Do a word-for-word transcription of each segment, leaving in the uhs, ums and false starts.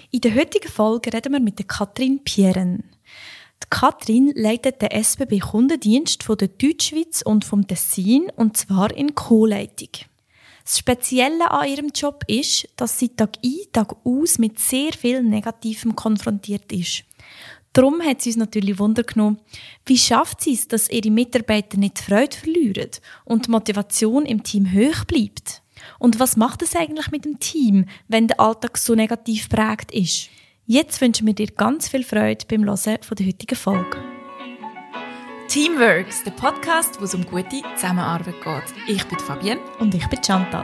In der heutigen Folge reden wir mit der Katrin Pieren. Die Katrin leitet den S B B-Kundendienst von der Deutschschweiz und vom Tessin, und zwar in Co-Leitung. Das Spezielle an ihrem Job ist, dass sie Tag ein, Tag aus mit sehr viel Negativem konfrontiert ist. Darum hat sie uns natürlich Wunder genommen, wie schafft sie es, dass ihre Mitarbeiter nicht die Freude verlieren und die Motivation im Team hoch bleibt? Und was macht es eigentlich mit dem Team, wenn der Alltag so negativ geprägt ist? Jetzt wünschen wir dir ganz viel Freude beim Hören der heutigen Folge. Teamworks, der Podcast, wo es um gute Zusammenarbeit geht. Ich bin Fabienne. Und ich bin Chantal.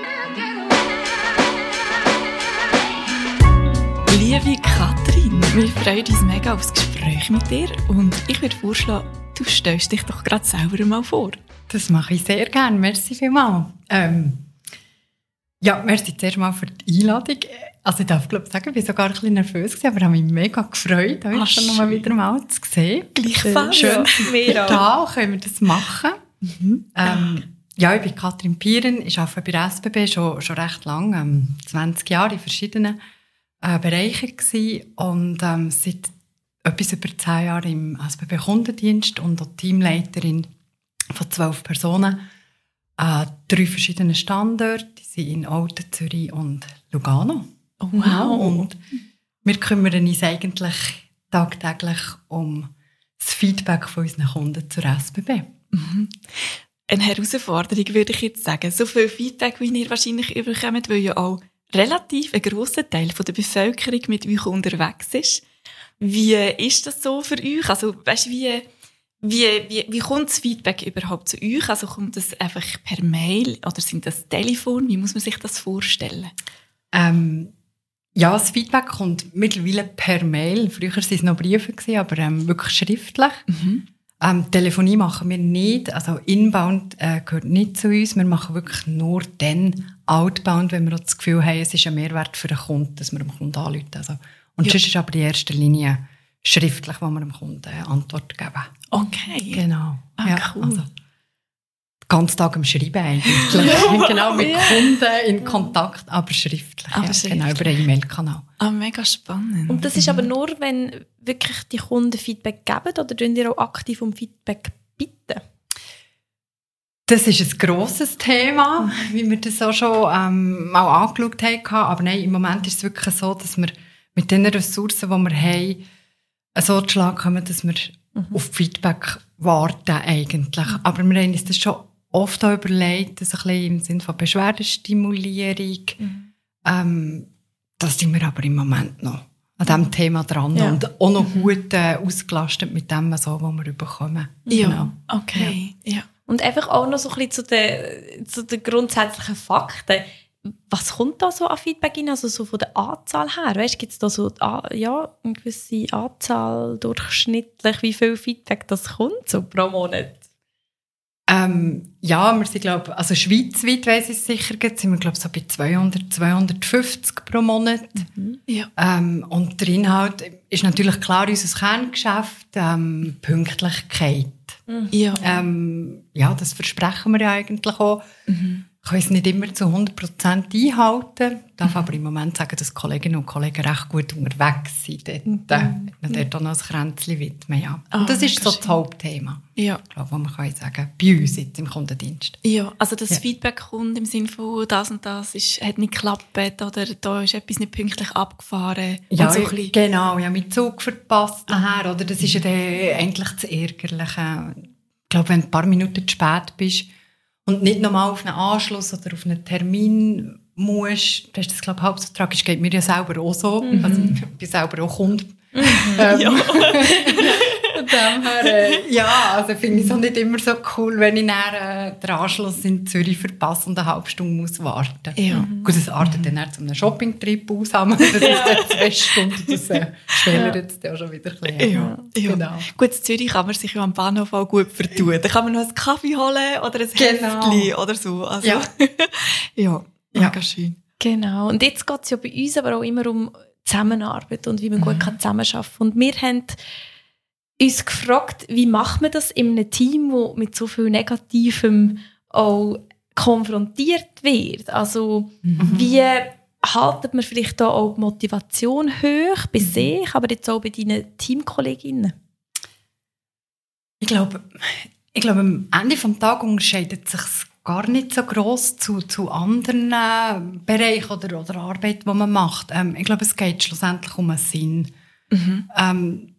Liebe Katrin, wir freuen uns mega auf das Gespräch mit dir und ich würde vorschlagen, du stellst dich doch gerade selber mal vor. Das mache ich sehr gerne. Merci vielmals. Ähm, ja, merci zuerst mal für die Einladung. Also ich darf glaube ich sagen, ich war sogar ein bisschen nervös gewesen, aber ich habe mich mega gefreut, euch schon noch mal wieder mal zu sehen. Gleichfalls. Schön, ja. Da können wir das machen. Mhm. Ähm, ja, ich bin Katrin Pieren, ich arbeite bei der S B B schon, schon recht lange, ähm, zwanzig Jahre in verschiedenen äh, Bereichen gewesen und ähm, seit etwas über zehn Jahren im S B B-Kundendienst und auch Teamleiterin von zwölf Personen an drei verschiedenen Standorten. Die sind in Olten, Zürich und Lugano. Oh, wow. Und wir kümmern uns eigentlich tagtäglich um das Feedback von unseren Kunden zur S B B. Mhm. Eine Herausforderung würde ich jetzt sagen. So viel Feedback, wie ihr wahrscheinlich überkommt, weil ja auch relativ ein grosser Teil der Bevölkerung mit euch unterwegs ist. Wie ist das so für euch? Also, weißt, wie, wie, wie, wie kommt das Feedback überhaupt zu euch? Also, kommt das einfach per Mail oder sind das Telefon? Wie muss man sich das vorstellen? Ähm, ja, das Feedback kommt mittlerweile per Mail. Früher waren es noch Briefe, aber ähm, wirklich schriftlich. Mhm. Ähm, Telefonie machen wir nicht. Also Inbound äh, gehört nicht zu uns. Wir machen wirklich nur dann Outbound, wenn wir das Gefühl haben, es ist ein Mehrwert für den Kunden, dass wir dem Kunden anrufen. Also, und ja. sonst ist aber in erster Linie schriftlich, wo wir dem Kunden Antwort geben. Okay. Genau. Ah, ja, cool. Also, den ganzen Tag am Schreiben eigentlich. Genau, mit yeah. Kunden in Kontakt, aber schriftlich. Aber ja, schriftlich. Genau, über einen E-Mail-Kanal. Ah, mega spannend. Und das ist aber nur, wenn wirklich die Kunden Feedback geben, oder tun ihr auch aktiv um Feedback bitten? Das ist ein grosses Thema, wie wir das auch schon ähm, mal angeschaut haben. Aber nein, im Moment ist es wirklich so, dass wir mit den Ressourcen, die wir haben, so zu Schlag kommen, dass wir mhm. auf Feedback warten eigentlich. Mhm. Aber wir haben uns das schon oft auch überlegt, dass ein bisschen im Sinne von Beschwerdestimulierung. Mhm. Ähm, da sind wir aber im Moment noch an diesem Thema dran ja. und auch noch gut äh, ausgelastet mit dem, so, was wir bekommen. Ja, genau. okay. Ja. Ja. Und einfach auch noch so ein bisschen zu den, zu den grundsätzlichen Fakten. Was kommt da so an Feedback rein, also so von der Anzahl her? Weißt, gibt es da so ja, eine gewisse Anzahl durchschnittlich, wie viel Feedback das kommt so pro Monat? Ähm, ja, wir sind, glaube also schweizweit, weiss ich es sicher, sind wir, glaube so bei zweihundert, zweihundertfünfzig pro Monat. Mhm. Ja. Ähm, und der Inhalt ist natürlich klar unser Kerngeschäft, ähm, Pünktlichkeit. Mhm. Ja. Ähm, ja, das versprechen wir ja eigentlich auch. Mhm. Ich kann es nicht immer zu hundert Prozent einhalten. Ich darf mhm. aber im Moment sagen, dass Kolleginnen und Kollegen recht gut unterwegs sind. Dort, mhm. äh, dort auch noch ein Kränzchen widmen. Ja. Oh, und das ist so schön. das Hauptthema, ja. ich glaube, was man kann sagen bei uns jetzt im Kundendienst. Ja, also das ja. Feedback kommt im Sinne von das und das ist, hat nicht geklappt oder da ist etwas nicht pünktlich abgefahren. Ja, so ja genau. Ja, mit Zug verpasst nachher. Oder das ist ja dann eigentlich das Ärgerliche. Ich glaube, wenn du ein paar Minuten zu spät bist, und nicht nochmal auf einen Anschluss oder auf einen Termin musst, das ist das, glaube ich, halb so tragisch. Geht mir ja selber auch so. Mhm. Also, ich bin selber auch Kunde. Mhm. Ähm, ja. Von dem her, äh, ja, also finde ich es auch nicht immer so cool, wenn ich dann, äh, den Anschluss in Zürich verpasse und eine halbe Stunde muss warten. Ja. Mhm. Gut, das artet mhm. dann zu einem Shopping-Trip aus, aber das ist dann zwei Stunden, das äh, schneller jetzt auch schon wieder ein bisschen. Ja. Ja. Genau. Gut, in Zürich kann man sich ja am Bahnhof auch gut vertun. Da kann man noch einen Kaffee holen oder ein genau. Heftchen oder so. Also, ja, ja, mega ja. schön. Genau, und jetzt geht es ja bei uns aber auch immer um Zusammenarbeit und wie man mhm. gut zusammenarbeiten kann. Und wir haben uns gefragt, wie macht man das in einem Team, das mit so viel Negativem auch konfrontiert wird? Also mhm. wie, haltet man vielleicht da auch die Motivation hoch bei mhm. sich, aber jetzt auch bei deinen Teamkolleginnen? Ich glaube, ich glaube, am Ende des Tages unterscheidet es sich gar nicht so gross zu, zu anderen äh, Bereichen oder, oder Arbeit, die man macht. Ähm, ich glaube, es geht schlussendlich um einen Sinn. Mhm. Ähm,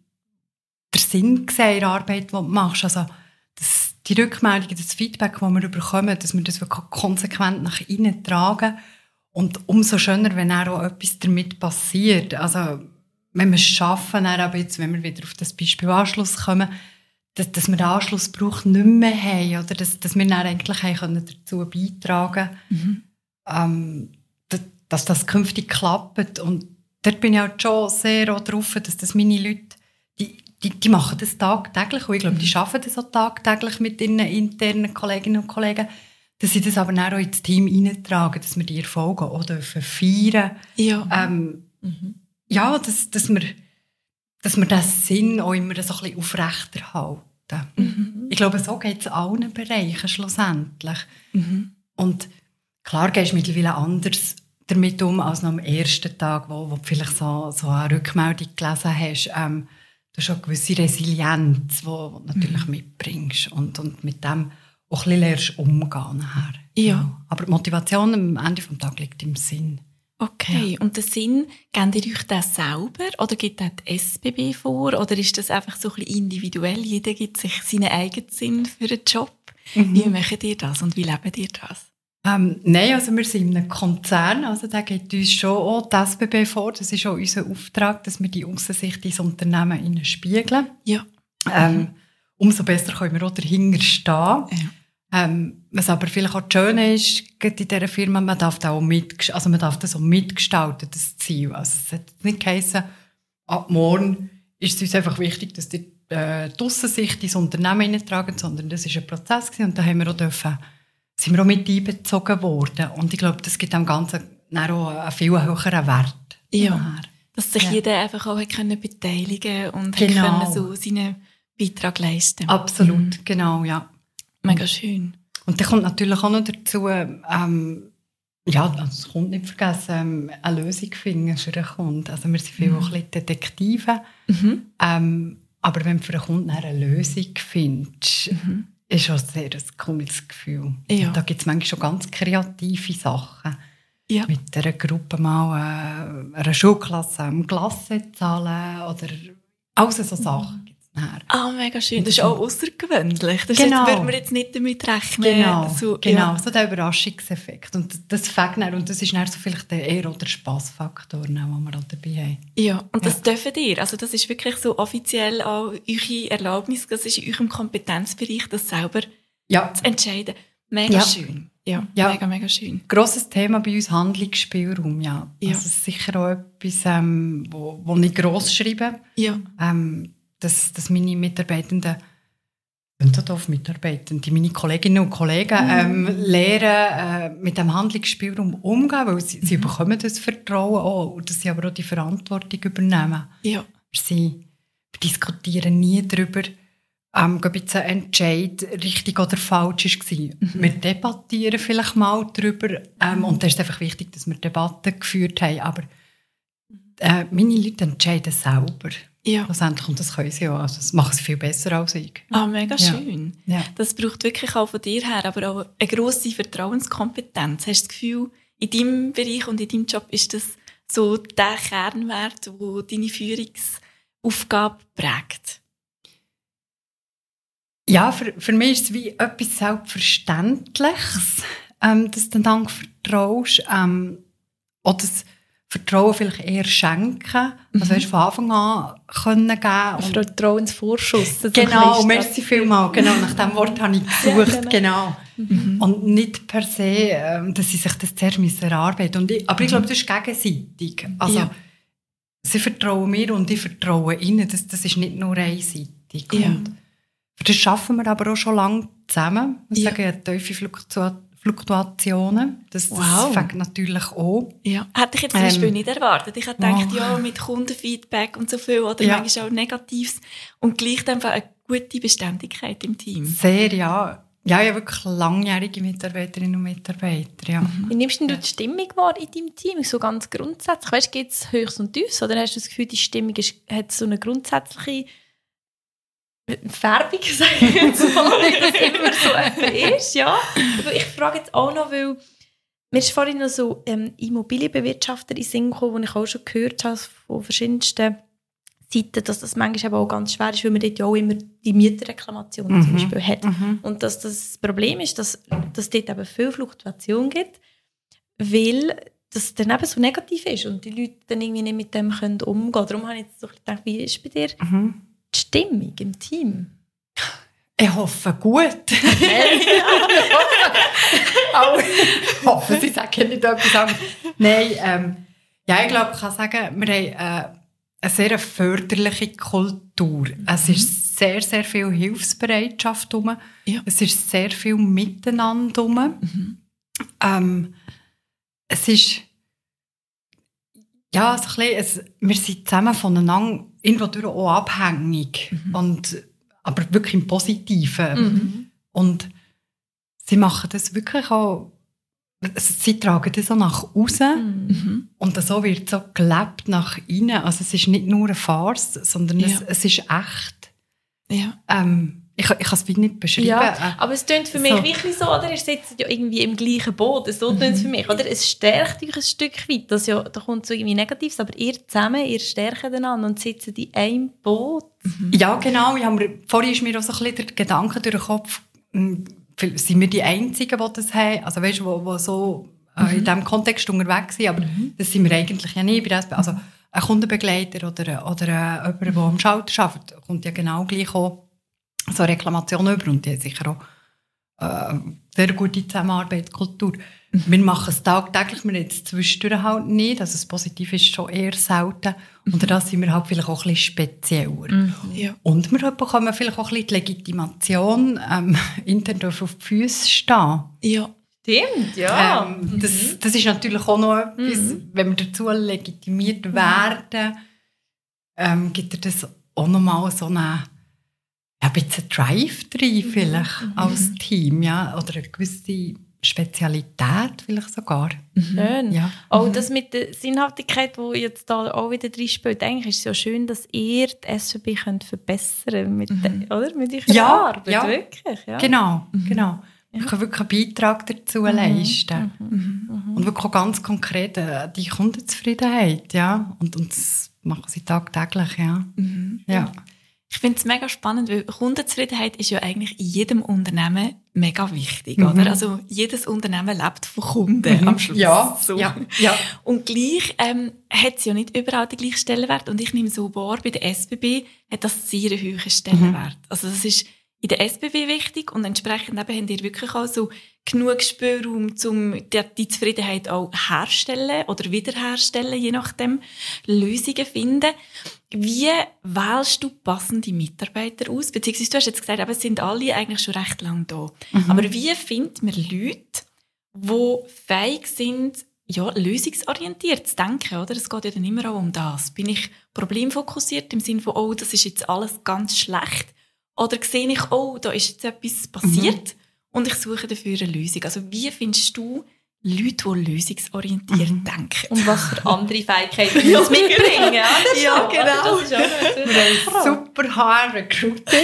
der Sinn gesehen in der Arbeit, die du machst. Also, das, die Rückmeldungen, das Feedback, das wir bekommen, dass wir das wirklich konsequent nach innen tragen. Und umso schöner, wenn auch etwas damit passiert. Also, wenn wir es schaffen, dann aber jetzt, wenn wir wieder auf das Beispiel Anschluss kommen, dass, dass wir den Anschlussbrauch nicht mehr haben oder dass, dass wir dann eigentlich haben können dazu beitragen mhm. ähm, dass, dass das künftig klappt. Und dort bin ich auch schon sehr auch drauf, dass das meine Leute, die, die, die machen das tagtäglich und ich glaube, mhm. die schaffen das auch tagtäglich mit ihren internen Kolleginnen und Kollegen, dass sie das aber dann auch ins Team hineintragen, dass wir die Erfolge auch feiern. Ja, ähm, mhm. ja dass, dass wir dass wir diesen Sinn auch immer so ein bisschen aufrechterhalten. Mhm. Ich glaube, so geht es in allen Bereichen schlussendlich. Mhm. Und klar gehst du mittlerweile anders damit um als noch am ersten Tag, wo, wo du vielleicht so, so eine Rückmeldung gelesen hast. Ähm, du hast auch eine gewisse Resilienz, die du natürlich mhm. mitbringst und, und mit dem auch ein bisschen lernst umgehen nachher. Ja. Ja. Aber die Motivation am Ende des Tages liegt im Sinn. Okay, ja. Und den Sinn, gebt ihr euch das selber oder gibt das die S B B vor? Oder ist das einfach so ein bisschen individuell? Jeder gibt sich seinen eigenen Sinn für den Job. Mhm. Wie macht ihr das und wie lebt ihr das? Ähm, nein, also wir sind in einem Konzern, also da gibt uns schon auch die S B B vor. Das ist auch unser Auftrag, dass wir die Aussensicht ins Unternehmen spiegeln. Ja. Ähm, mhm. Umso besser können wir auch dahinter stehen. Ja. Ähm, was aber vielleicht auch schön ist, in dieser Firma, man darf das auch, mit, also man darf das auch mitgestalten, das Ziel. Also es hat nicht geheissen, ab morgen ist es uns einfach wichtig, dass die, äh, die Aussensicht ins Unternehmen hineintragen, sondern das war ein Prozess gewesen, und da haben wir auch dürfen, sind wir auch mit einbezogen worden. Und ich glaube, das gibt dem Ganzen auch einen viel höheren Wert. Ja, nachher. Dass sich ja. jeder einfach auch können beteiligen und genau. können so seinen Beitrag leisten. Absolut, mhm. genau, ja. Mega schön. Und dann kommt natürlich auch noch dazu, ähm, ja, das kommt nicht vergessen, ähm, eine Lösung finden für einen Kunden. Also wir sind viel mhm. auch ein bisschen Detektive. Mhm. Ähm, aber wenn du für einen Kunden eine Lösung findest, mhm. ist schon sehr ein cooles Gefühl. Ja. Und da gibt es manchmal schon ganz kreative Sachen. Ja. Mit einer Gruppe mal äh, einer Schulklasse ähm, Klasse zahlen oder all so Sachen. Ah, mega schön. Das ist auch außergewöhnlich. Das genau. würde man jetzt nicht damit rechnen. Genau, so, genau. Ja. So der Überraschungseffekt. Und das fängt dann, und das ist dann so vielleicht eher auch der Spassfaktor, den wir auch dabei haben. Ja, und das ja. dürfen ihr. Also das ist wirklich so offiziell auch eure Erlaubnis, das ist in eurem Kompetenzbereich, das selber ja. zu entscheiden. Mega ja. schön. Ja, ja, mega, mega schön. Grosses Thema bei uns, Handlungsspielraum, ja. ja. Also das ist sicher auch etwas, ähm, wo, wo ich gross schreibe. Ja. Ähm, dass, dass meine Mitarbeitenden, und auf Mitarbeitende, meine Kolleginnen und Kollegen ähm, mhm. lernen, äh, mit dem Handlungsspielraum umgehen, weil sie, mhm. sie bekommen das Vertrauen auch, und dass sie aber auch die Verantwortung übernehmen. Ja. Sie diskutieren nie darüber, ähm, ob jetzt ein Entscheid richtig oder falsch war. Mhm. Wir debattieren vielleicht mal darüber, ähm, mhm. und da ist einfach wichtig, dass wir Debatten geführt haben, aber äh, meine Leute entscheiden selber. Ja. Schlussendlich, und das können sie auch. Also das machen sie viel besser als ich. Ah, mega schön. Ja. Ja. Das braucht wirklich auch von dir her, aber auch eine grosse Vertrauenskompetenz. Hast du das Gefühl, in deinem Bereich und in deinem Job ist das so der Kernwert, der deine Führungsaufgabe prägt? Ja, für, für mich ist es wie etwas Selbstverständliches, ähm, dass du dann vertraust. Ähm, oder das Vertrauen vielleicht eher schenken. Mhm. Also, weißt, von Anfang an können geben. Und Vertrauensvorschuss. Genau, merci vielmals. Genau, nach diesem Wort habe ich gesucht. Ja, genau. genau. Mhm. Und nicht per se, ähm, dass sie sich das zuerst erarbeiten müssen. Aber ich glaube, das ist gegenseitig. Also, ja. sie vertrauen mir und ich vertraue ihnen. Das, das ist nicht nur einseitig. Ja. Und für das schaffen wir aber auch schon lange zusammen. Ich ja. sage, tiefe Fluktuationen. Fluktuationen. Das, das wow. fängt natürlich auch. Ja. Hätte ich jetzt zum Beispiel ähm, nicht erwartet. Ich hätte gedacht, oh. ja, mit Kundenfeedback und so viel, oder ja. manchmal auch Negatives. Und gleich einfach eine gute Beständigkeit im Team. Sehr, ja. Ja, ja, wirklich langjährige Mitarbeiterinnen und Mitarbeiter, ja. Wie nimmst du die Stimmung wahr in deinem Team, so ganz grundsätzlich? Weißt du, gibt es Höchst und Tiefs, oder hast du das Gefühl, die Stimmung ist, hat so eine grundsätzliche Färbung, sage ich jetzt mal, dass es immer so ist, ja? Aber ich frage jetzt auch noch, weil mir ist vorhin noch so ähm, Immobilienbewirtschafter in den Sinn gekommen, die ich auch schon gehört habe von verschiedensten Seiten, dass das manchmal aber auch ganz schwer ist, weil man dort ja auch immer die Mieterreklamation mhm. zum Beispiel hat. Mhm. Und dass das Problem ist, dass, dass es dort eben viel Fluktuation gibt, weil das dann eben so negativ ist und die Leute dann irgendwie nicht mit dem können umgehen können. Darum habe ich jetzt so gedacht, wie ist bei dir mhm. die Stimmung im Team? Ich hoffe, gut. Ich hoffe, sie sagen nicht etwas anderes. Nein, ähm, ja, ich glaube, ich kann sagen, wir haben äh, eine sehr förderliche Kultur. Mhm. Es ist sehr, sehr viel Hilfsbereitschaft rum. Ja. Es ist sehr viel Miteinander rum. Mhm. Ähm, es ist ja, so ein bisschen, es, wir sind zusammen voneinander irgendwo auch abhängig. Mhm. Und, aber wirklich im Positiven. Mhm. Und sie machen das wirklich auch, sie tragen das auch nach außen. Mhm. Und so wird so gelebt nach innen. Also es ist nicht nur eine Farce, sondern ja. es, es ist echt. Ja. Ähm, ich, ich kann es nicht beschreiben. Ja, aber es klingt für mich so. Wirklich so, oder? Ihr sitzt ja irgendwie im gleichen Boot. So klingt es für mich, oder? Es stärkt euch ein Stück weit. Das ja, da kommt so irgendwie Negatives, aber ihr zusammen, ihr stärkt einander und sitzt in einem Boot. Mhm. Ja, genau. Ich habe, vorhin ist mir auch so ein bisschen der Gedanke durch den Kopf, sind wir die Einzigen, die das haben? Also weißt du, wo, wo so äh, mhm. in diesem Kontext unterwegs sind, aber mhm. das sind wir eigentlich ja nicht. Also ein Kundenbegleiter oder, oder äh, jemand, der am Schalter arbeitet, kommt ja genau gleich auch so Reklamationen über und die haben sicher auch äh, sehr gute Zusammenarbeitskultur. Mhm. Wir machen es tagtäglich, wir jetzt zwischendurch halt nicht, also das Positive ist schon eher selten mhm. und da sind wir halt vielleicht auch ein bisschen spezieller. Mhm. Ja. Und wir bekommen vielleicht auch ein bisschen die Legitimation, ähm, intern auf die Füße stehen. Ja. Stimmt, ja. Ähm, das, mhm. das ist natürlich auch noch etwas, mhm. wenn wir dazu legitimiert mhm. werden, ähm, gibt er das auch noch mal so eine ein bisschen Drive drin vielleicht mhm. als Team, ja, oder eine gewisse Spezialität vielleicht sogar. Schön. Ja. Auch mhm. das mit der Sinnhaftigkeit, die jetzt da auch wieder drin spielt, eigentlich ist es ja schön, dass ihr die S V B könnt verbessern mit, mhm. oder? Mit eurer ja, Arbeit, ja. wirklich. Ja. Genau, mhm. genau. Wir können wirklich einen Beitrag dazu mhm. leisten. Mhm. Mhm. Und wirklich auch ganz konkret äh, die Kundenzufriedenheit, ja. Und, und das machen sie tagtäglich, ja. Mhm. ja. Ich finde es mega spannend, weil Kundenzufriedenheit ist ja eigentlich in jedem Unternehmen mega wichtig, mhm. oder? Also jedes Unternehmen lebt von Kunden mhm. am Schluss. Ja, so. ja, ja. Und gleich ähm, hat es ja nicht überall den gleichen Stellenwert. Und ich nehme so wahr, bei der S B B hat das sehr einen hohen Stellenwert. Mhm. Also das ist in der S B B wichtig und entsprechend eben habt ihr wirklich auch so genug Spielraum, um die, die Zufriedenheit auch herzustellen oder wiederherstellen, je nachdem, Lösungen finden. Wie wählst du passende Mitarbeiter aus? Beziehungsweise, du hast jetzt gesagt, aber es sind alle eigentlich schon recht lange da. Mhm. Aber wie findet man Leute, die fähig sind, ja, lösungsorientiert zu denken, oder? Es geht ja dann immer auch um das. Bin ich problemfokussiert im Sinne von, oh, das ist jetzt alles ganz schlecht? Oder sehe ich, oh, da ist jetzt etwas passiert mhm. und ich suche dafür eine Lösung? Also wie findest du Leute, die lösungsorientiert mhm. denken? Und was für andere Fähigkeiten sie uns mitbringen? Ja, das ja schon, genau. Das ist auch wir haben super H R-Recruiting.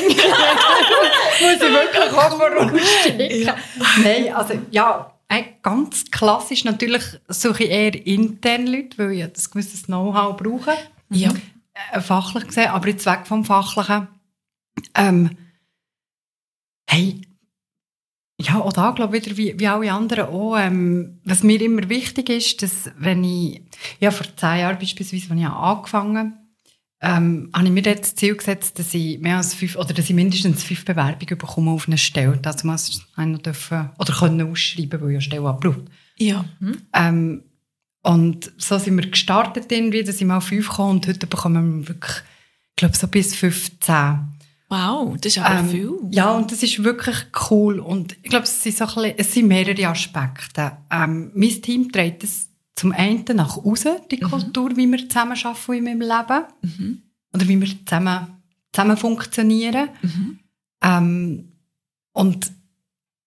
Muss ich wirklich auch vorausstecken. Ja. Nein, also ja, ganz klassisch natürlich suche ich eher interne Leute, weil ich ja das gewisses Know-how brauche. Ja. Äh, fachlich gesehen, aber jetzt weg vom Fachlichen. Ähm, hey, ja, auch da glaube ich wieder, wie, wie alle anderen auch, ähm, was mir immer wichtig ist, dass wenn ich, ja, vor zehn Jahren beispielsweise, als ich angefangen habe, ähm, habe ich mir jetzt das Ziel gesetzt, dass ich mehr als fünf, oder dass ich mindestens fünf Bewerbungen bekomme auf eine Stelle. Also muss einer dürfen, oder können ausschreiben, weil ich eine Stelle abbraucht. Ja. Mhm. Ähm, und so sind wir gestartet irgendwie, dass ich mal fünf kam und heute bekommen wir wirklich, ich glaube, so bis fünfzehn. Wow, das ist aber ähm, viel. Ja, und das ist wirklich cool. Und ich glaube, es sind, so ein bisschen, es sind mehrere Aspekte. Ähm, mein Team trägt es zum einen nach außen, die mhm. Kultur, wie wir zusammen arbeiten in meinem Leben. Mhm. Oder wie wir zusammen, zusammen funktionieren. Mhm. Ähm, und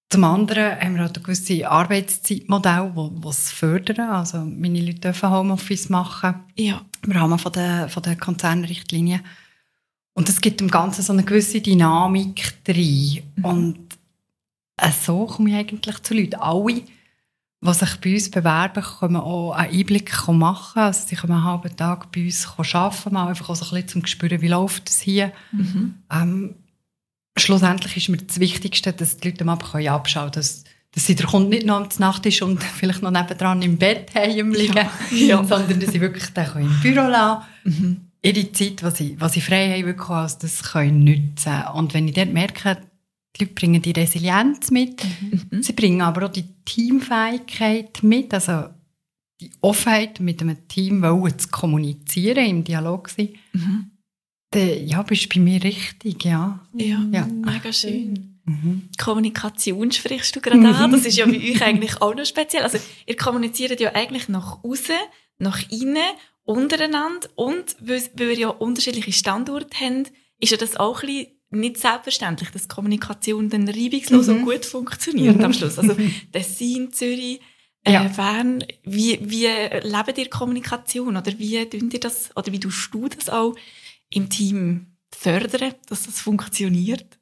Zum anderen haben wir halt ein gewisses Arbeitszeitmodell, das es fördern. Also meine Leute dürfen Homeoffice machen. Ja. Im Rahmen von der, von der Konzernrichtlinien. Und das gibt dem Ganzen so eine gewisse Dynamik rein. Mhm. Und äh, so komme ich eigentlich zu Leuten. Alle, die sich bei uns bewerben, können auch einen Einblick machen. Also sie können einen halben Tag bei uns arbeiten, mal einfach auch so ein bisschen zum Spüren, wie läuft es hier. Mhm. Ähm, schlussendlich ist mir das Wichtigste, dass die Leute am Abend abschauen können, dass, dass sie der Kunde nicht noch am Nachttisch und vielleicht noch nebendran im Bett haben liegen, ja. Ja. sondern dass sie wirklich den im Büro lassen können. Mhm. Ihre Zeit, die sie, die sie frei haben, wirklich als das können nutzen. Und wenn ich dort merke, die Leute bringen die Resilienz mit, mhm. sie bringen aber auch die Teamfähigkeit mit, also die Offenheit, mit einem Team zu kommunizieren, im Dialog sein. Mhm. Dann, ja, bist du bei mir richtig, ja. Ja, ja. Mega schön. Mhm. Kommunikation sprichst du gerade an. Das ist ja bei euch eigentlich auch noch speziell. Also ihr kommuniziert ja eigentlich nach außen, nach innen, untereinander und weil, weil wir ja unterschiedliche Standorte haben, ist ja das auch ein bisschen nicht selbstverständlich, dass Kommunikation dann reibungslos mhm. und gut funktioniert mhm. am Schluss. Also Tessin, Zürich, äh, ja. Bern, wie, wie lebt ihr Kommunikation oder wie tun ihr das oder wie tust du das auch im Team fördern, dass das funktioniert?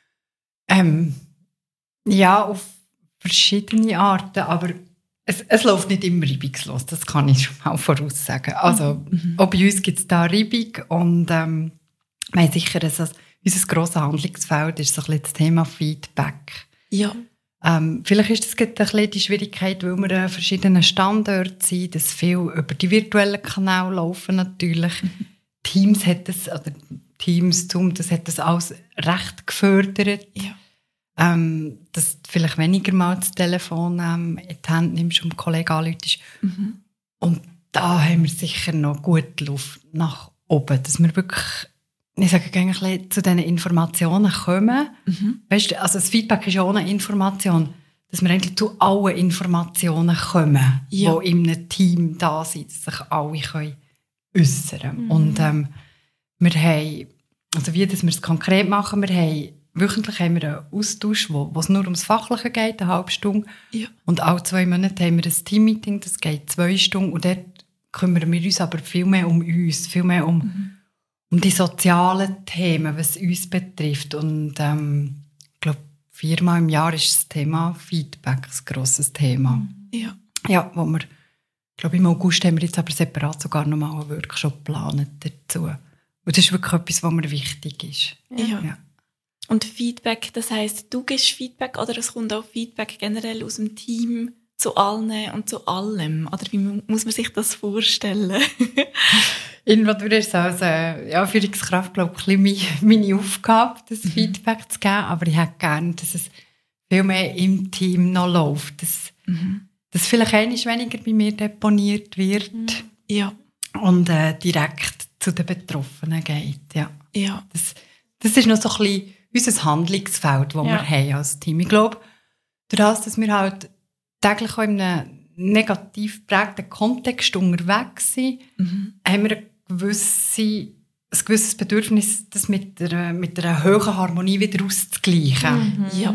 Ähm, ja, auf verschiedene Arten, aber es, es läuft nicht immer reibungslos, das kann ich schon mal voraussagen. Also mhm. auch bei uns gibt es da Reibung und ähm, wir haben sicher, dass das, unser grosses Handlungsfeld ist so ein bisschen das Thema Feedback. Ja. Ähm, vielleicht ist das ein bisschen die Schwierigkeit, weil wir an verschiedenen Standorten sind, dass viel über die virtuellen Kanäle laufen natürlich. Mhm. Teams hat das, oder Teams, Zoom, das hat das alles recht gefördert. Ja. Ähm, dass du vielleicht weniger mal das Telefon ähm, in die Hand nimmst und einen Kollegen anrufst. Mhm. Und da haben wir sicher noch gute Luft nach oben, dass wir wirklich, ich sage gerne, zu diesen Informationen kommen. Mhm. Weißt du, also das Feedback ist ja auch eine Information, dass wir eigentlich zu allen Informationen kommen, ja. die in einem Team da sind, dass sich alle können äußern. Mhm. Und ähm, wir haben, also wie dass wir es konkret machen, wir haben wöchentlich haben wir einen Austausch, wo, wo es nur ums Fachliche geht, eine halbe Stunde. Ja. Und alle zwei Monate haben wir ein Teammeeting, das geht zwei Stunden. Und dort kümmern wir uns aber viel mehr um uns, viel mehr um, mhm. um die sozialen Themen, was uns betrifft. Und ähm, ich glaube, viermal im Jahr ist das Thema Feedback ein grosses Thema. Ja. Ja, wo wir, ich glaube, im August haben wir jetzt aber separat sogar noch mal einen Workshop geplant dazu. Und das ist wirklich etwas, was mir wichtig ist. Ja. Ja. Und Feedback, das heisst, du gibst Feedback oder es kommt auch Feedback generell aus dem Team zu allen und zu allem? Oder wie muss man sich das vorstellen? Irgendwann ist es als äh, ja, Führungskraft, glaube ich, ein bisschen meine Aufgabe, das mhm. Feedback zu geben. Aber ich hätte gerne, dass es viel mehr im Team noch läuft. Dass, mhm. dass vielleicht einiges weniger bei mir deponiert wird. Mhm. Ja. Und äh, direkt zu den Betroffenen geht. Ja. Ja. Das, das ist noch so ein bisschen unser Handlungsfeld, das ja. wir haben als Team. Ich glaube, dadurch, dass wir halt täglich auch in einem negativ geprägten Kontext unterwegs sind, mhm. haben wir eine gewisse, ein gewisses Bedürfnis, das mit einer, mit einer hohen Harmonie wieder auszugleichen. Mhm. Ja.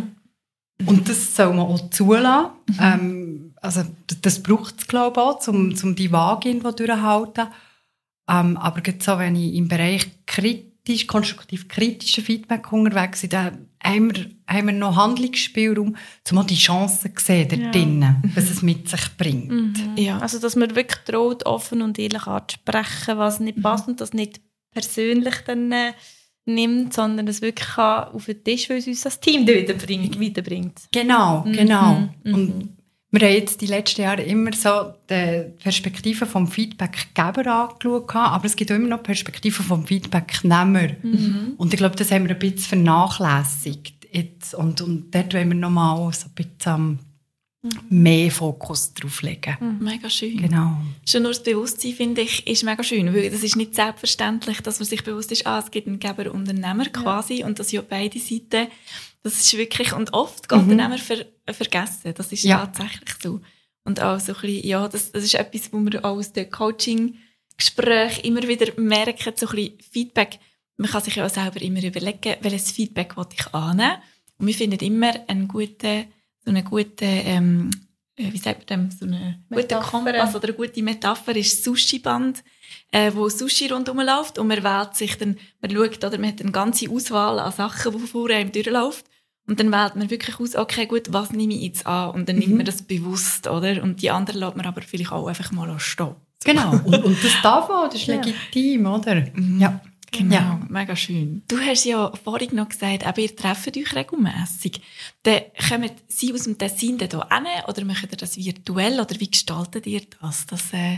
Und das soll man auch zulassen. Mhm. Ähm, also das braucht es, glaube ich, auch, um, um die Waage irgendwo durchzuhalten. Ähm, aber gerade so, wenn ich im Bereich kritisch, konstruktiv kritischer Feedback unterwegs bin, dann haben wir, haben wir noch Handlungsspielraum, um auch die Chancen zu sehen, da ja. drinnen, was es mit sich bringt. Mhm. Ja. Also, dass man wirklich traut, offen und ehrlich anzusprechen, was nicht passt, mhm. und das nicht persönlich dann äh, nimmt, sondern es wirklich kann auf den Tisch, weil es uns das Team weiterbringt. weiterbringt. Genau, genau. Mhm. Und wir haben jetzt die letzten Jahre immer so die Perspektive vom Feedbackgeber angeschaut, aber es gibt auch immer noch Perspektiven vom Feedbacknehmer. Mhm. Und ich glaube, das haben wir ein bisschen vernachlässigt jetzt. Und, und dort wollen wir nochmal so ein bisschen mhm. mehr Fokus drauf legen. Mhm. Mega schön. Genau. Schon nur das Bewusstsein, finde ich, ist mega schön, weil das ist nicht selbstverständlich, dass man sich bewusst ist, ah, es gibt einen Geber-Unternehmer quasi, ja. und dass ja beide Seiten. Das ist wirklich, und oft geht mhm. der Nehmer ver, vergessen. Das ist ja. tatsächlich so. Und auch so ein bisschen, ja, das, das ist etwas, wo wir auch aus den Coaching-Gesprächen immer wieder merken, so ein bisschen Feedback. Man kann sich ja auch selber immer überlegen, welches Feedback will ich annehmen. Und wir finden immer einen guten so eine gute, ähm, wie sagt man dem, so eine gute Kompass oder eine gute Metapher ist das Sushi-Band, äh, wo Sushi rundherum läuft und man wählt sich dann, man schaut, oder man hat eine ganze Auswahl an Sachen, die vor einem durchläuft. Und dann wählt man wirklich aus, okay, gut, was nehme ich jetzt an? Und dann mhm. nimmt man das bewusst, oder? Und die anderen lässt man aber vielleicht auch einfach mal stehen. Genau. Und, und das darf man, das ist ja. legitim, oder? Mhm. Ja. Genau, ja. Mega schön. Du hast ja vorhin noch gesagt, aber ihr trefft euch regelmässig. Dann kommen Sie aus dem Tessin hier hin oder macht ihr das virtuell? Oder wie gestaltet ihr das, das äh,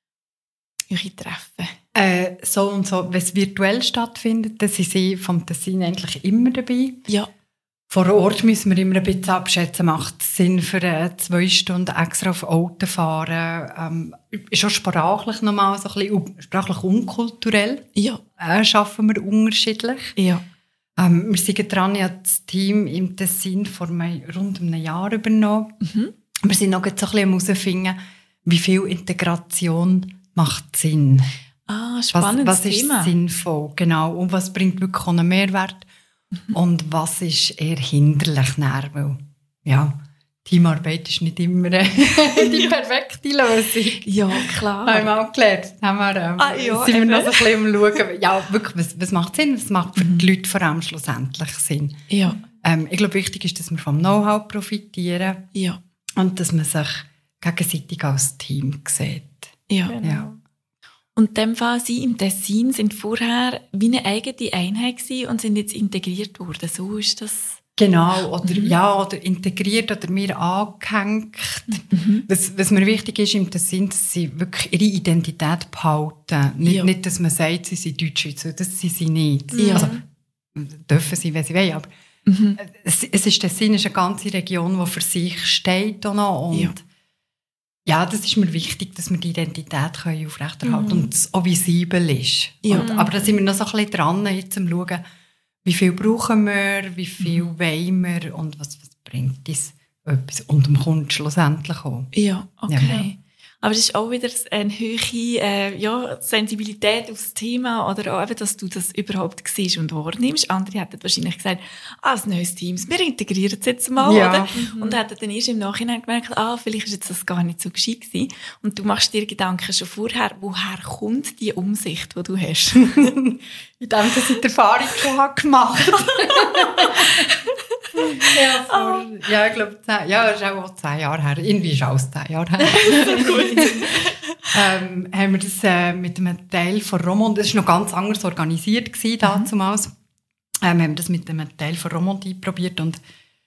eure Treffen? Äh, so und so, wenn es virtuell stattfindet, dann sind Sie vom Tessin eigentlich immer dabei. Ja. Vor Ort müssen wir immer ein bisschen abschätzen, macht es Sinn für äh, zwei Stunden extra auf Auto fahren. Ähm, ist auch sprachlich nochmal so ein bisschen sprachlich unkulturell. Ja. Äh, arbeiten wir unterschiedlich. Ja. Ähm, wir sind dran, ja, das Team im Tessin vor rund einem Jahr übernommen. Mhm. Wir sind noch so ein bisschen herausfinden, wie viel Integration macht Sinn. Ah, spannendes was, was ist Thema. Sinnvoll, genau. Und was bringt wirklich einen Mehrwert? Mhm. Und was ist eher hinderlich? Weil, ja, Teamarbeit ist nicht immer die perfekte Lösung. Ja, klar. Haben wir auch gelernt. Haben wir, ähm, ah, ja, sind wir noch so ein bisschen am Schauen. Ja, wirklich, was, was macht Sinn? Was macht für mhm. die Leute vor allem schlussendlich Sinn? Ja. Ähm, ich glaube, wichtig ist, dass wir vom Know-how profitieren. Ja. Und dass man sich gegenseitig als Team sieht. Ja. Genau. Ja. Und in dem Fall, Sie im Tessin sind vorher wie eine eigene Einheit gewesen und sind jetzt integriert worden. So ist das. Genau, oder, mhm. ja, oder integriert oder mir angehängt. Mhm. Was, was mir wichtig ist im Tessin, dass sie wirklich ihre Identität behalten. Nicht, ja. nicht dass man sagt, sie sind Deutschschweizer, das sind sie nicht. Ja. Also, dürfen sie, wenn sie wollen, aber mhm. es, es ist, Tessin ist eine ganze Region, die für sich steht auch noch und ja. Ja, das ist mir wichtig, dass wir die Identität können aufrechterhalten können mhm. und es auch visibel ist. Ja. Und, aber da sind wir noch so ein bisschen dran, jetzt zu schauen, wie viel brauchen wir, wie viel mhm. wollen wir und was, was bringt uns etwas und dem Kunden schlussendlich auch. Ja, okay. Ja. Aber es ist auch wieder eine hohe äh, ja, Sensibilität aufs Thema oder auch eben, dass du das überhaupt siehst und wahrnimmst. Andere hätten wahrscheinlich gesagt, ah, ein neues Team, wir integrieren es jetzt mal. Ja. Oder? Mhm. Und hätten dann erst im Nachhinein gemerkt, ah, vielleicht ist jetzt das gar nicht so gescheit gewesen. Und du machst dir Gedanken schon vorher, woher kommt die Umsicht, die du hast? Ich denke, dass ich die Erfahrung schon gemacht habe. Ja, vor, oh. ja, ich glaube, ja, das ist auch zehn Jahre her. Irgendwie ist es alles zehn Jahre her. Gut. ähm, haben wir das äh, mit einem Teil von Romond, das war noch ganz anders organisiert gewesen, damals. Ähm, haben wir das mit einem Teil von Romond probiert und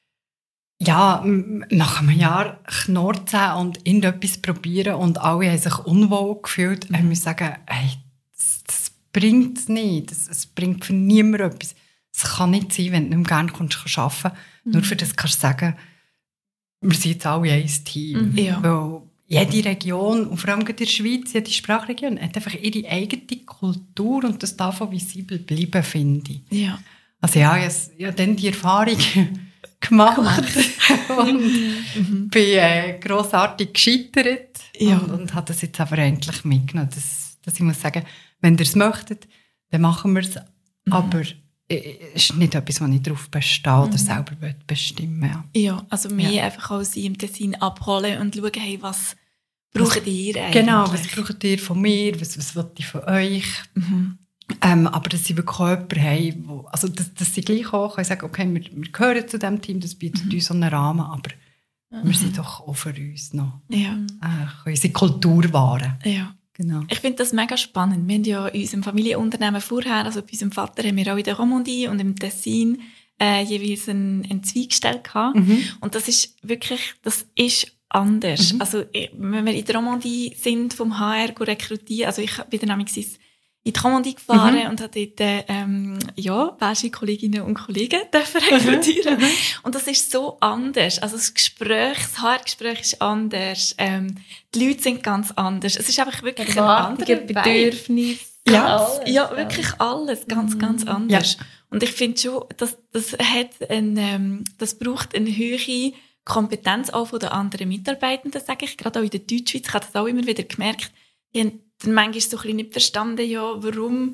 ja, nach einem Jahr knorzen und irgendetwas probieren und alle haben sich unwohl gefühlt, mhm. haben wir sagen, hey, das, das bringt es nicht, das, das bringt für niemanden etwas. Es kann nicht sein, wenn du nicht mehr gerne kommst, arbeiten mhm. nur für das kannst du sagen, wir sind jetzt alle ein Team. Mhm. Ja. Weil jede Region, und vor allem in der Schweiz, jede Sprachregion, hat einfach ihre eigene Kultur und das darf auch visibel bleiben, finde ich. Ja. Also ja, ich habe dann die Erfahrung gemacht und mhm. bin äh, grossartig gescheitert ja. und, und habe das jetzt aber endlich mitgenommen. Das, dass ich muss sagen, wenn ihr es möchtet, dann machen wir es, mhm. aber es ist nicht etwas, was ich darauf bestehe oder mhm. selber bestimmen will. Ja. ja, also mehr ja. einfach auch sie im Tessin abholen und schauen, hey, was braucht ihr eigentlich? Genau, was braucht ihr von mir, was, was will ich von euch? Mhm. Ähm, aber dass sie wirklich auch jemanden haben, wo, also dass, dass sie gleich auch können sagen, okay, wir, wir gehören zu diesem Team, das bietet mhm. uns so einen Rahmen, aber mhm. wir sind doch auch für uns noch. Ja. Äh, können unsere Kultur wahren. Ja. Genau. Ich finde das mega spannend. Wir haben ja in unserem Familienunternehmen vorher, also bei unserem Vater haben wir auch in der Romandie und im Tessin äh, jeweils einen, einen Zweig gehabt. Mhm. Und das ist wirklich, das ist anders. Mhm. Also wenn wir in der Romandie sind, vom H R rekrutieren, also ich bin dann nämlich in die Romandie gefahren mhm. und habe dort ähm, ja, beste Kolleginnen und Kollegen dürfen rekrutieren. Mhm. Und das ist so anders. Also das Gespräch, das H R-Gespräch ist anders. Ähm, die Leute sind ganz anders. Es ist einfach wirklich ein anderer Bedürfnis. Ja, alles, ja, wirklich alles. Ganz, mhm. ganz anders. Ja. Und ich finde schon, dass, das, hat ein, ähm, das braucht eine höhere Kompetenz auch von den anderen Mitarbeitenden, sage ich. Gerade auch in der Deutschschweiz. Ich habe das auch immer wieder gemerkt. Die haben dann manchmal so ein bisschen nicht verstanden, ja, warum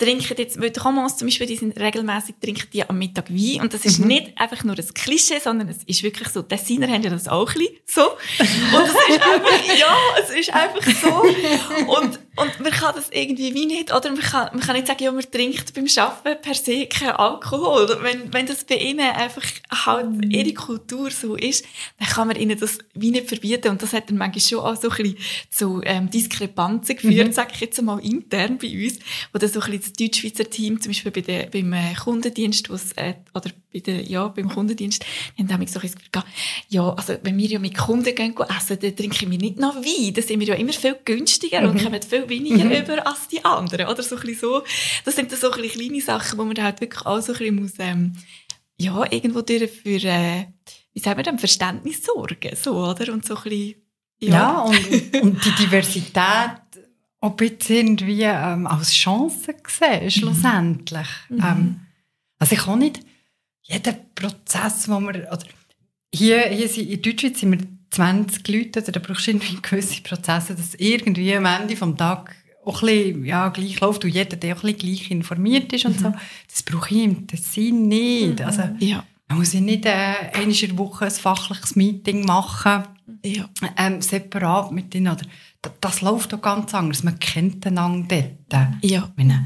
trinken jetzt, weil die Romans zum Beispiel, die sind regelmässig, trinken die am Mittag Wein. Und das ist mhm. nicht einfach nur ein Klischee, sondern es ist wirklich so, Tessiner haben ja das auch ein bisschen so. Und es ist einfach, ja, es ist einfach so. Und, und man kann das irgendwie wie nicht, oder man kann, man kann nicht sagen, ja, man trinkt beim Arbeiten per se keinen Alkohol. Wenn, wenn das bei ihnen einfach halt ihre Kultur so ist, dann kann man ihnen das wie nicht verbieten. Und das hat dann manchmal schon auch so ein bisschen zu ähm, Diskrepanzen geführt, mhm. sage ich jetzt einmal intern bei uns, wo dann so ein bisschen das Deutsch-Schweizer Team, zum Beispiel bei der, beim äh, Kundendienst, äh, oder bei der, ja, beim Kundendienst, die haben damals so ein bisschen gesagt, ja, also wenn wir ja mit Kunden gehen essen, dann trinken wir nicht noch Wein, dann sind wir ja immer viel günstiger mhm. und kommen viel weniger mhm. über als die anderen, oder so ein bisschen so. Das sind dann so ein bisschen kleine Sachen, wo man dann halt wirklich auch so ein bisschen muss, ähm, ja, irgendwo durch für, äh, wie sagen wir denn, Verständnis sorgen, so, oder? Und so ein bisschen, ja. Ja, und, und die Diversität, ob jetzt irgendwie ähm, als Chance gesehen, schlussendlich. Mhm. Ähm, also ich kann nicht jeden Prozess, wo wir, oder hier, hier sind, in Deutschland sind wir zwanzig Leute, oder da brauchst du irgendwie gewisse Prozesse, dass irgendwie am Ende des Tages auch ein bisschen, ja, gleich läuft und jeder, der auch ein bisschen gleich informiert ist und mhm. so. Das brauche ich im Tessin nicht. Mhm. Also, ja. man muss ja nicht äh, einmal in der Woche ein fachliches Meeting machen, ja. ähm, separat mit ihnen. Oder, das, das läuft auch ganz anders. Man kennt einander dort. Ja. Meine,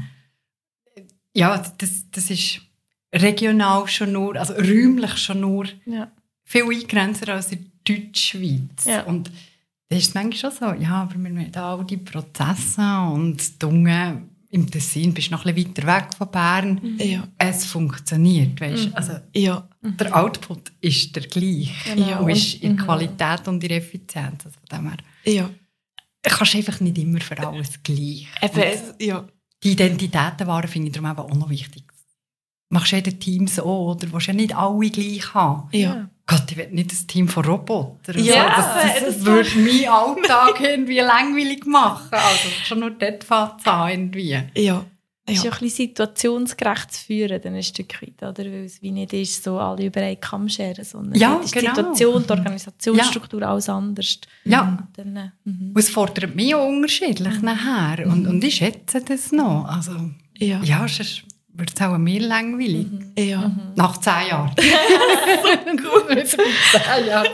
ja, das, das ist regional schon nur, also räumlich schon nur ja. viel eingrenzender als in der Deutschschweiz. Ja. Und das ist manchmal schon so, ja, aber wir haben da all die Prozesse und Dunge im Tessin bist du noch ein bisschen weiter weg von Bern. Ja. Es funktioniert, weißt? Mhm. Also, ja. der Output ist der gleiche. Genau. Und ist in der Mhm. Qualität und in der Effizienz. Also von dem her. Ja. Du kannst einfach nicht immer für alles gleich. Eben, es, ja. Die Identitätenware finde ich darum eben auch noch wichtig. Machst du jedes Team so, oder? Du willst ja nicht alle gleich haben. Ja. Gott, ich will nicht ein Team von Robotern. Ja, also, das, das, das das würde meinen Alltag irgendwie langweilig machen. Also schon nur dort fängt es an, irgendwie. Ja. Es ist Ja. ja ein bisschen situationsgerecht zu führen, dann ein Stück weit, oder? Weil es wie nicht ist, so alle über einen Kamm scheren, sondern Ja, dort ist genau. die Situation, die Organisationsstruktur alles anders. Ja. Und dann, äh, mhm. Und es fordert mich auch unterschiedlich nachher. Und, und ich schätze das noch. Also, Ja. ja, sonst wird es auch mir langweilig. Ja. Nach zehn Jahren. so gut. zehn Jahre.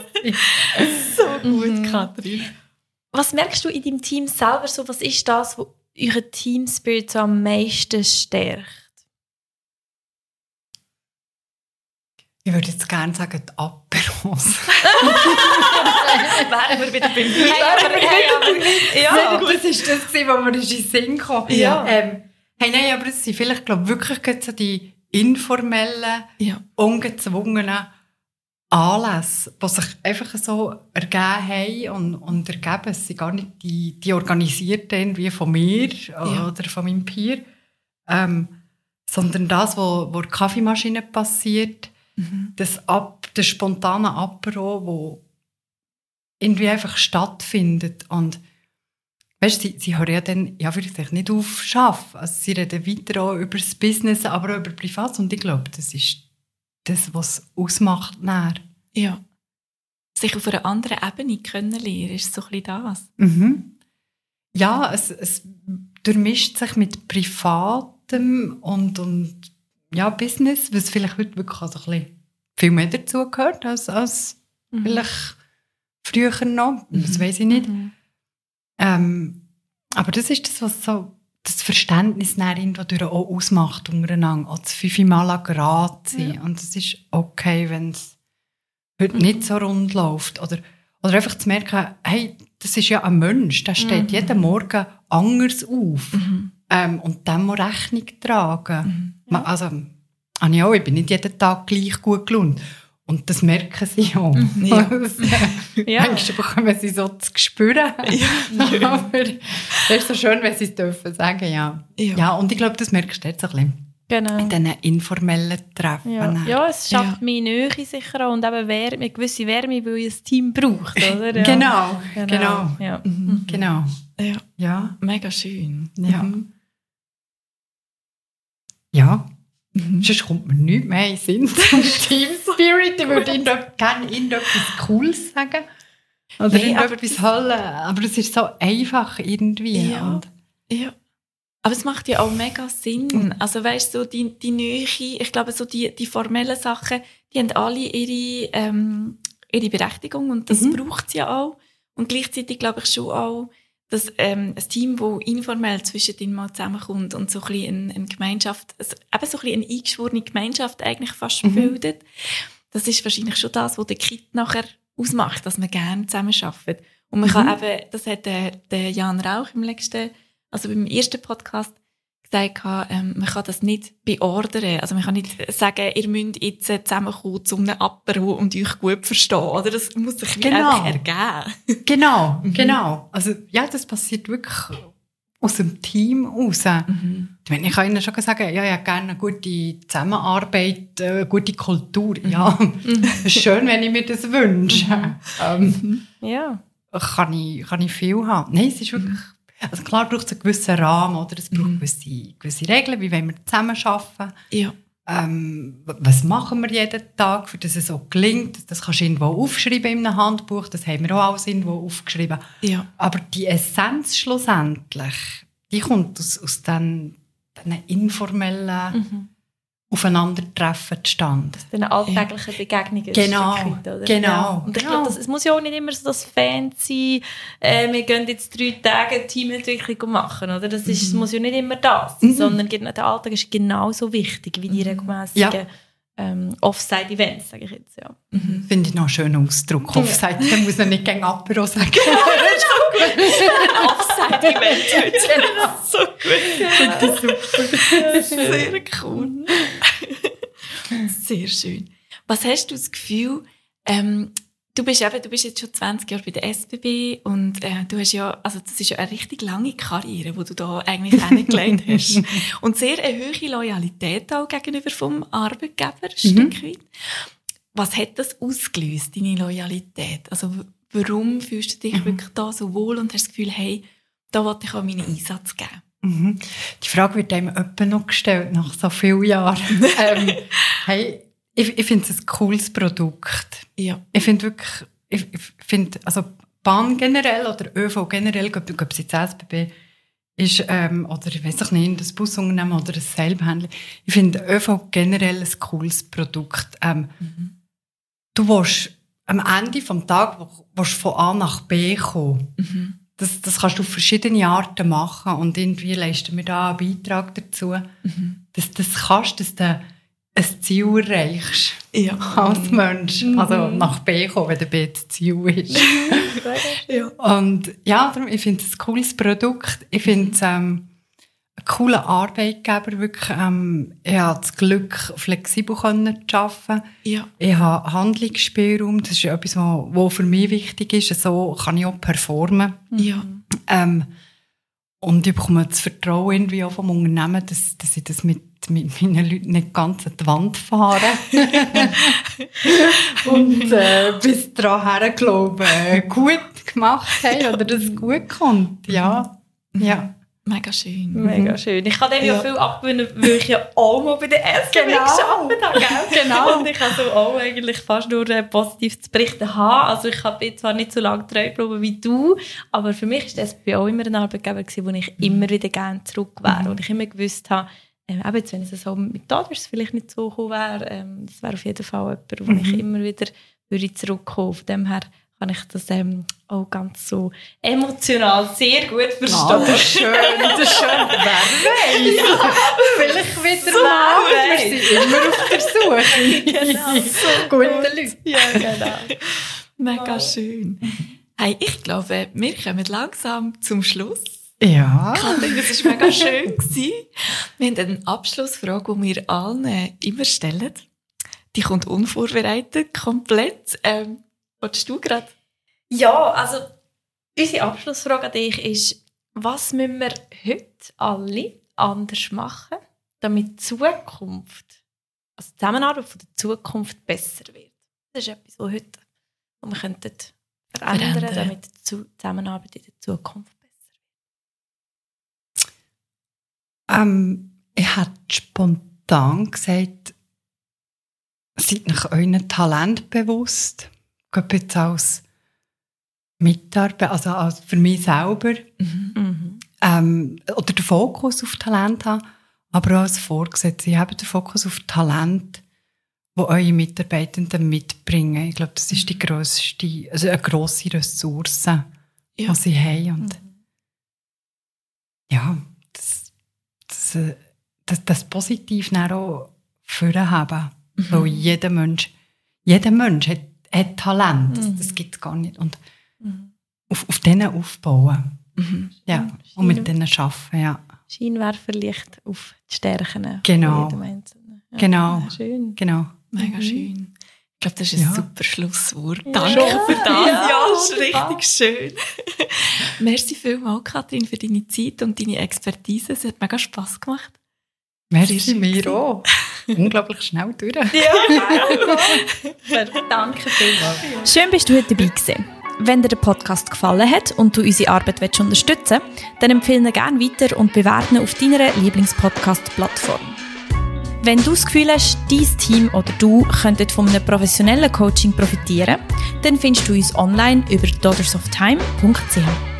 So gut, Katrin. Was merkst du in deinem Team selber so? Was ist das, was euren Team-Spirit so am meisten stärkt? Ich würde jetzt gerne sagen, die Aperos. Wären wir wieder beim Hey, aber, hey, aber, Ja, gut. Das ist das, was mir in den Sinn kam. Ja. Ähm, hey, nein, aber es sind vielleicht, glaub, wirklich so die informellen, Ja. ungezwungenen Anlässe, die sich einfach so ergeben haben und, und ergeben. Es sind gar nicht die, die organisierten irgendwie von mir Ja. oder von meinem Peer, ähm, sondern das, was wo die Kaffeemaschine passiert, Mhm. das, Ab, das spontane Apero, wo irgendwie einfach stattfindet. Und weißt, sie, sie hören ja dann ja, vielleicht nicht auf Arbeiten. Also sie reden weiter auch über das Business, aber auch über Privat. Und ich glaube, das ist das, was es ausmacht. Nachher. Ja. Sich auf einer anderen Ebene kennenlernen, ist so ein bisschen das. Mhm. Ja, es, es durchmischt sich mit Privatem und, und ja, Business, was vielleicht heute wirklich also ein bisschen viel mehr dazu gehört als, als Mhm. vielleicht früher noch. Das weiss ich nicht. Mhm. Ähm, aber das ist das, was so das Verständnis irgendwo auch ausmacht untereinander. Auch das fünfmal Grad sein. Ja. Und es ist okay, wenn es heute nicht so rund läuft. Oder, oder einfach zu merken, hey, das ist ja ein Mensch, der steht Mhm. jeden Morgen anders auf. Mhm. Ähm, und dem muss Rechnung tragen. Mhm. Ma- Also, habe ich auch, ich bin nicht jeden Tag gleich gut gelaunt. Und das merken sie auch. Ja. Ja. Manchmal bekommen sie so zu spüren. Ja. Aber es ist so schön, wenn sie es dürfen sagen, ja. Ja. Ja, und ich glaube, das merkst du jetzt so ein bisschen Genau. in diesen informellen Treffen. Ja. ja, es schafft Ja. mehr Nähe sicher auch und eben Wärme, eine gewisse Wärme, weil ein Team braucht, oder? Ja. Genau, genau. Ja. Mhm. Genau. Ja. Ja, Mega schön. Ja. Mhm. ja. Mhm. Sonst kommt mir nichts mehr in den Sinn zum Team Spirit. Ich würde Ihnen doch gerne irgendetwas Cooles sagen. Oder Nein, aber irgendetwas holen. Aber es ist so einfach irgendwie. Ja. Und Ja. Aber es macht ja auch mega Sinn. Also weißt du, so die, die Nähe, ich glaube, so die, die formellen Sachen, die haben alle ihre, ähm, ihre Berechtigung und das mhm. braucht es ja auch. Und gleichzeitig glaube ich schon auch, dass ähm, ein Team, das informell zwischen ihnen mal zusammenkommt und so ein bisschen eine, eine Gemeinschaft, also eben so ein bisschen eine eingeschworene Gemeinschaft eigentlich fast mhm. bildet, das ist wahrscheinlich schon das, was der Kit nachher ausmacht, dass man gerne zusammenarbeitet. Und man mhm. kann eben, das hat der, der Jan Rauch im letzten, also beim ersten Podcast gesagt, ähm, man kann das nicht beordern. Also man kann nicht sagen, ihr müsst jetzt zusammenkommen zu einem Apero und euch gut verstehen. Oder das muss sich genau. einfach ergeben. Genau, mhm. genau. Also ja, das passiert wirklich aus dem Team raus. Mhm. Ich kann Ihnen schon sagen, ja, ja, gerne eine gute Zusammenarbeit, eine gute Kultur. Mhm. Ja, mhm. Es ist schön, wenn ich mir das wünsche. Mhm. Ähm, ja. Kann ich, kann ich viel haben. Nein, es ist wirklich, also klar braucht es einen gewissen Rahmen, oder? Es braucht mhm. gewisse, gewisse Regeln, wie wollen wir zusammen arbeiten. Ja. Ähm, was machen wir jeden Tag, für dass es so gelingt? Das kannst du irgendwo aufschreiben in einem Handbuch, das haben wir auch alles irgendwo aufgeschrieben. Ja. Aber die Essenz schlussendlich, die kommt aus, aus den, den informellen mhm. Aufeinandertreffen zustande. Aus den alltäglichen ja. Begegnungen. Genau, Stückchen, oder? genau. Ja. Und ich genau. glaube, es muss ja auch nicht immer so das fancy, äh, wir gehen jetzt drei Tage Teamentwicklung machen, oder? Das ist, mhm. muss ja nicht immer das sein, mhm. sondern der Alltag ist genauso wichtig wie die regelmäßigen ja. ähm, Offside-Events, sage ich jetzt. Ja. Mhm. Finde ich noch einen schönen Ausdruck. Offside, ja. Dann muss man nicht gegen Apero sagen. Offside-Event heute. Genau. So gut. Ja. Sehr cool. Sehr schön. Was hast du das Gefühl, ähm, du bist eben, du bist jetzt schon zwanzig Jahre bei der S B B und äh, du hast ja, also das ist ja eine richtig lange Karriere, die du da eigentlich kennengelernt hast. Und sehr eine hohe Loyalität auch gegenüber vom Arbeitgeber, ein mhm. Stück weit. Was hat das ausgelöst, deine Loyalität? Also warum fühlst du dich mhm. wirklich da so wohl und hast das Gefühl, hey, da wollte ich auch meinen Einsatz geben? Mhm. Die Frage wird einem öppe noch gestellt, nach so vielen Jahren. ähm, hey, ich, ich finde es ein cooles Produkt. Ja. Ich finde wirklich, ich, ich finde, also Bahn generell oder ÖV generell, ob es jetzt S B B ist, ähm, oder ich weiss nicht, das Busunternehmen oder ein Seilbahn. Ich finde ÖV generell ein cooles Produkt. Ähm, mhm. Du willst am Ende des Tages willst von A nach B kommen. Mhm. Das, das kannst du auf verschiedene Arten machen und irgendwie leisten wir da einen Beitrag dazu, mhm. dass das kannst, dass du ein Ziel erreichst ja. als Mensch. Mhm. Also nach B kommen, wenn der B das Ziel ist. ja. Und ja, darum, ich finde es ein cooles Produkt. Ich finde es ähm, ein cooler Arbeitgeber. Wirklich, ähm, ich habe das Glück, flexibel zu arbeiten. Ja. Ich habe Handlungsspielraum. Das ist etwas, was für mich wichtig ist. So kann ich auch performen. Ja. Ähm, und ich bekomme das Vertrauen irgendwie auch vom Unternehmen, dass, dass ich das mit, mit meinen Leuten nicht ganz an die Wand fahre. und äh, bis dahin glaube gut gemacht haben oder dass es gut kommt. Ja. ja. Mega schön. Mega schön. Ich kann dem ja, ja viel abgewinnen, weil ich ja auch mal bei der S B B genau. gearbeitet habe. Gell? Genau. Und ich kann so auch eigentlich fast nur äh, positiv zu berichten haben. Also ich habe zwar nicht so lange Treuprobe wie du, aber für mich war der S B B auch immer ein Arbeitgeber gewesen, wo ich mhm. immer wieder gerne zurück wäre. Mhm. Und ich immer gewusst habe, ähm, eben jetzt, wenn es so mit Taders vielleicht nicht so gekommen wäre, ähm, das wäre auf jeden Fall jemand, wo mhm. ich immer wieder würde zurückkommen. Von dem her kann ich das ähm, auch ganz so emotional sehr gut verstehen. Oh, das ist schön, das ist schön. Wer weiß? Ja, vielleicht wieder so wer weiß. Wir sind immer auf der Suche. Genau, so gute gut. Leute. Ja, genau. Mega schön. Hey, ich glaube, wir kommen langsam zum Schluss. Ja. Katrin, das war mega schön. Wir haben eine Abschlussfrage, die wir allen immer stellen. Die kommt unvorbereitet, komplett. Ähm, Wolltest du gerade? Ja, also unsere Abschlussfrage an dich ist, was müssen wir heute alle anders machen, damit die Zukunft, also die Zusammenarbeit von der Zukunft besser wird? Das ist etwas, was heute was wir könnten verändern, verändern, damit die Zusammenarbeit in der Zukunft besser wird. Ähm, ich hätte spontan gesagt, seid euch euren Talent bewusst. Ich glaube jetzt als Mitarbeiter, also als für mich selber. Mhm. ähm, oder den Fokus auf Talent haben, aber auch als Vorgesetzte. Ich habe den Fokus auf Talent, die eure Mitarbeitenden mitbringen. Ich glaube, das ist die grösste, also eine grosse Ressource, ja. die sie haben. Und mhm. ja, das, das, das, das positiv auch vorhaben. Mhm. Weil jeder Mensch, jeder Mensch hat, hat Talent. Mhm. Das gibt es gar nicht. Und mhm. auf, auf denen aufbauen. Mhm. Ja, und mit denen arbeiten, ja. Scheinwerferlicht auf die Stärken. Genau. Ja, genau. Schön. Genau. Mega schön. Ich glaube, das ist ein ja. super Schlusswort. Ja. Danke Ja. für das. Ja, Ja, das ist wunderbar. richtig schön. Merci vielmals, Katrin, für deine Zeit und deine Expertise. Es hat mega Spass gemacht. Merci, mir auch. Unglaublich schnell durch. Ja, danke vielmals. Schön, bist du heute dabei gewesen. Wenn dir der Podcast gefallen hat und du unsere Arbeit willst unterstützen willst, dann empfehle ihn gerne weiter und bewerte ihn auf deiner Lieblingspodcast-Plattform. Wenn du das Gefühl hast, dein Team oder du könntet von einem professionellen Coaching profitieren, dann findest du uns online über daughters of time punkt c h.